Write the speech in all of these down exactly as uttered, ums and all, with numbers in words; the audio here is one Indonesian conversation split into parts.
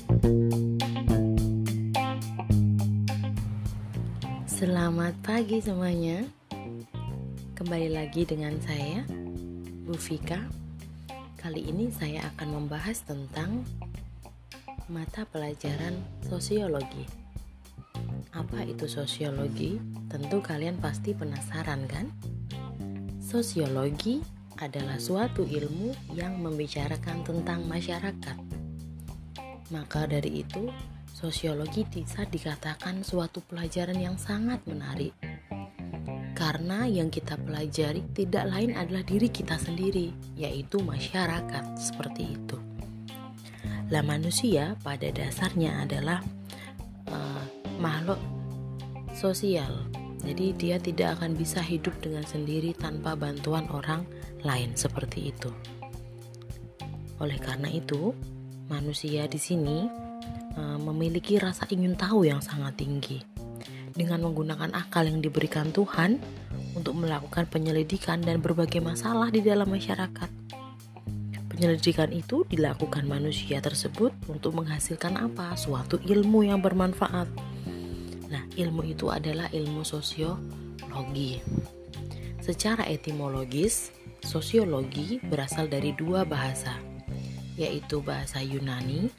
Selamat pagi semuanya. Kembali lagi dengan saya, Bu Vika. Kali ini saya akan membahas tentang mata pelajaran sosiologi. Apa itu sosiologi? Tentu kalian pasti penasaran kan? Sosiologi adalah suatu ilmu yang membicarakan tentang masyarakat. Maka dari itu, sosiologi bisa dikatakan suatu pelajaran yang sangat menarik. Karena yang kita pelajari tidak lain adalah diri kita sendiri, yaitu masyarakat, seperti itu. Lah manusia pada dasarnya adalah uh, makhluk sosial. Jadi dia tidak akan bisa hidup dengan sendiri tanpa bantuan orang lain, seperti itu. Oleh karena itu, manusia di sini uh, memiliki rasa ingin tahu yang sangat tinggi. Dengan menggunakan akal yang diberikan Tuhan untuk melakukan penyelidikan dan berbagai masalah di dalam masyarakat. Penyelidikan itu dilakukan manusia tersebut untuk menghasilkan apa? Suatu ilmu yang bermanfaat. Nah, ilmu itu adalah ilmu sosiologi. Secara etimologis, sosiologi berasal dari dua bahasa, yaitu bahasa Yunani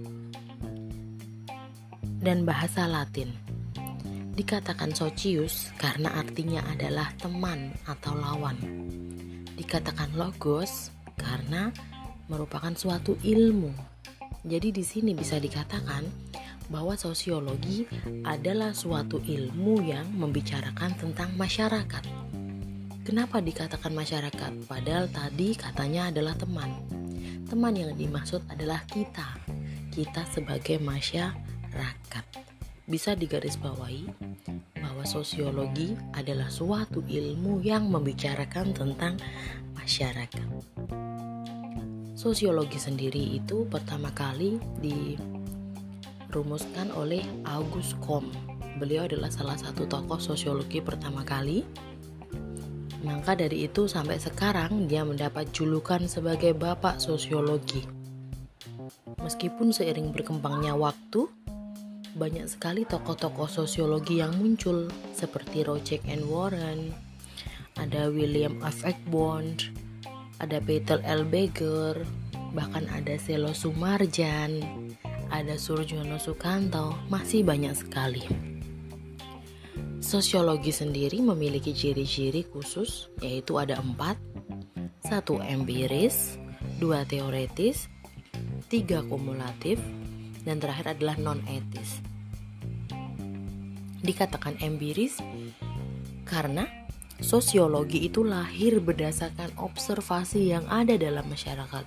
dan bahasa Latin. Dikatakan socius karena artinya adalah teman atau lawan. Dikatakan logos karena merupakan suatu ilmu. Jadi di sini bisa dikatakan bahwa sosiologi adalah suatu ilmu yang membicarakan tentang masyarakat. Kenapa dikatakan masyarakat? Padahal tadi katanya adalah teman. Teman yang dimaksud adalah kita. Kita sebagai masyarakat. Bisa digarisbawahi bahwa sosiologi adalah suatu ilmu yang membicarakan tentang masyarakat. Sosiologi sendiri itu pertama kali dirumuskan oleh Auguste Comte. Beliau adalah salah satu tokoh sosiologi pertama kali. Maka dari itu sampai sekarang dia mendapat julukan sebagai Bapak Sosiologi. Meskipun seiring berkembangnya waktu, banyak sekali tokoh-tokoh sosiologi yang muncul seperti Roger and Warren, ada William F. Egmont, ada Peter L. Beger, bahkan ada Selo Sumarjan, ada Surjono Sukanto, masih banyak sekali. Sosiologi sendiri memiliki ciri-ciri khusus, yaitu ada empat. Satu empiris, dua teoretis, tiga kumulatif, dan terakhir adalah non-etis. Dikatakan empiris karena sosiologi itu lahir berdasarkan observasi yang ada dalam masyarakat.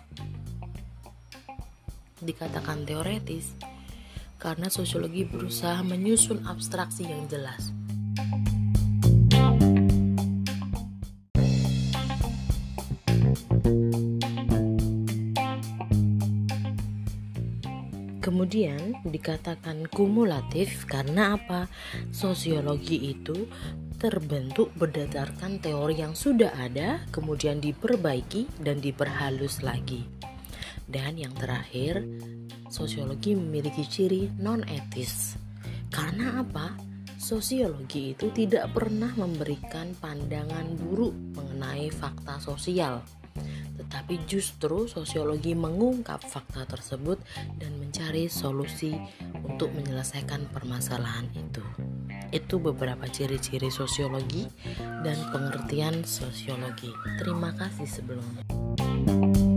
Dikatakan teoretis karena sosiologi berusaha menyusun abstraksi yang jelas. Kemudian dikatakan kumulatif karena apa? Sosiologi itu terbentuk berdasarkan teori yang sudah ada, kemudian diperbaiki dan diperhalus lagi. Dan yang terakhir, sosiologi memiliki ciri non-etis. Karena apa? Sosiologi itu tidak pernah memberikan pandangan buruk mengenai fakta sosial. Tetapi justru sosiologi mengungkap fakta tersebut dan mencari solusi untuk menyelesaikan permasalahan itu. Itu beberapa ciri-ciri sosiologi dan pengertian sosiologi. Terima kasih sebelumnya.